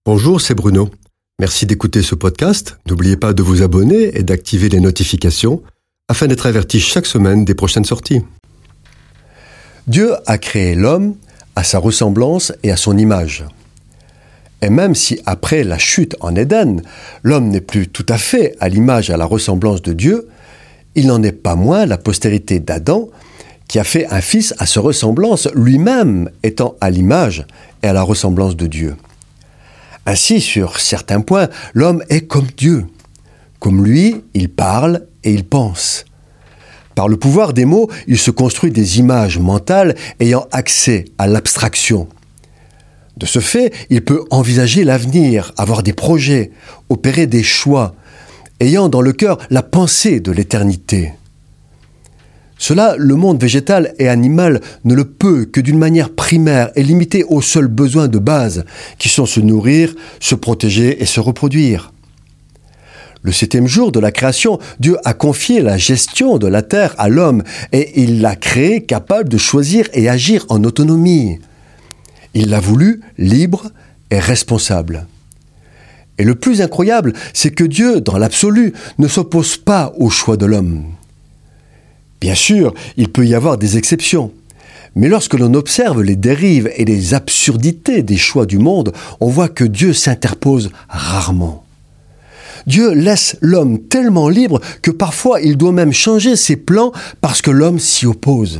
Bonjour, c'est Bruno. Merci d'écouter ce podcast. N'oubliez pas de vous abonner et d'activer les notifications afin d'être averti chaque semaine des prochaines sorties. Dieu a créé l'homme à sa ressemblance et à son image. Et même si après la chute en Éden, l'homme n'est plus tout à fait à l'image et à la ressemblance de Dieu, il n'en est pas moins la postérité d'Adam qui a fait un fils à sa ressemblance, lui-même étant à l'image et à la ressemblance de Dieu. Ainsi, sur certains points, l'homme est comme Dieu. Comme lui, il parle et il pense. Par le pouvoir des mots, il se construit des images mentales ayant accès à l'abstraction. De ce fait, il peut envisager l'avenir, avoir des projets, opérer des choix, ayant dans le cœur la pensée de l'éternité. Cela, le monde végétal et animal ne le peut que d'une manière primaire et limitée aux seuls besoins de base, qui sont se nourrir, se protéger et se reproduire. Le 7e jour de la création, Dieu a confié la gestion de la terre à l'homme et il l'a créé capable de choisir et agir en autonomie. Il l'a voulu libre et responsable. Et le plus incroyable, c'est que Dieu, dans l'absolu, ne s'oppose pas au choix de l'homme. Bien sûr, il peut y avoir des exceptions. Mais lorsque l'on observe les dérives et les absurdités des choix du monde, on voit que Dieu s'interpose rarement. Dieu laisse l'homme tellement libre que parfois il doit même changer ses plans parce que l'homme s'y oppose.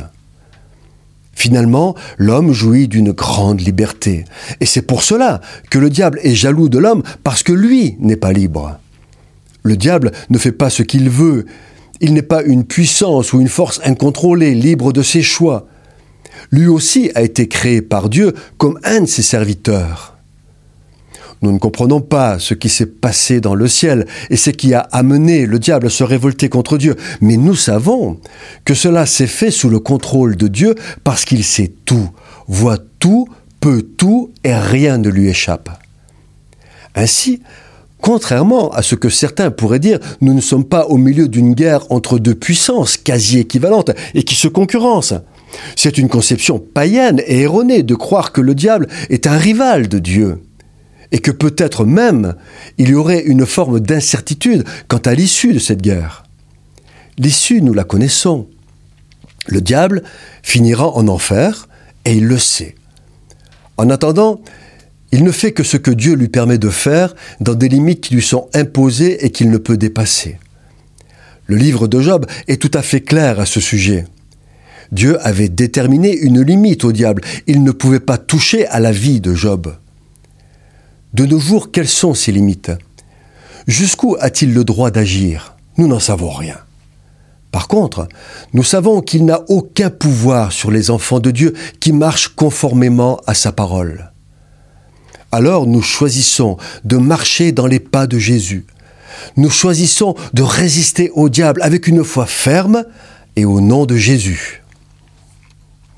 Finalement, l'homme jouit d'une grande liberté. Et c'est pour cela que le diable est jaloux de l'homme parce que lui n'est pas libre. Le diable ne fait pas ce qu'il veut. Il n'est pas une puissance ou une force incontrôlée, libre de ses choix. Lui aussi a été créé par Dieu comme un de ses serviteurs. Nous ne comprenons pas ce qui s'est passé dans le ciel et ce qui a amené le diable à se révolter contre Dieu. Mais nous savons que cela s'est fait sous le contrôle de Dieu parce qu'il sait tout, voit tout, peut tout et rien ne lui échappe. Ainsi, contrairement à ce que certains pourraient dire, nous ne sommes pas au milieu d'une guerre entre deux puissances quasi équivalentes et qui se concurrencent. C'est une conception païenne et erronée de croire que le diable est un rival de Dieu. Et que peut-être même il y aurait une forme d'incertitude quant à l'issue de cette guerre. L'issue, nous la connaissons. Le diable finira en enfer et il le sait. En attendant, il ne fait que ce que Dieu lui permet de faire dans des limites qui lui sont imposées et qu'il ne peut dépasser. Le livre de Job est tout à fait clair à ce sujet. Dieu avait déterminé une limite au diable. Il ne pouvait pas toucher à la vie de Job. De nos jours, quelles sont ces limites ? Jusqu'où a-t-il le droit d'agir ? Nous n'en savons rien. Par contre, nous savons qu'il n'a aucun pouvoir sur les enfants de Dieu qui marchent conformément à sa parole. Alors nous choisissons de marcher dans les pas de Jésus. Nous choisissons de résister au diable avec une foi ferme et au nom de Jésus.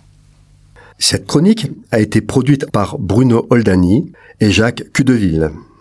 Cette chronique a été produite par Bruno Oldani et Jacques Cudeville.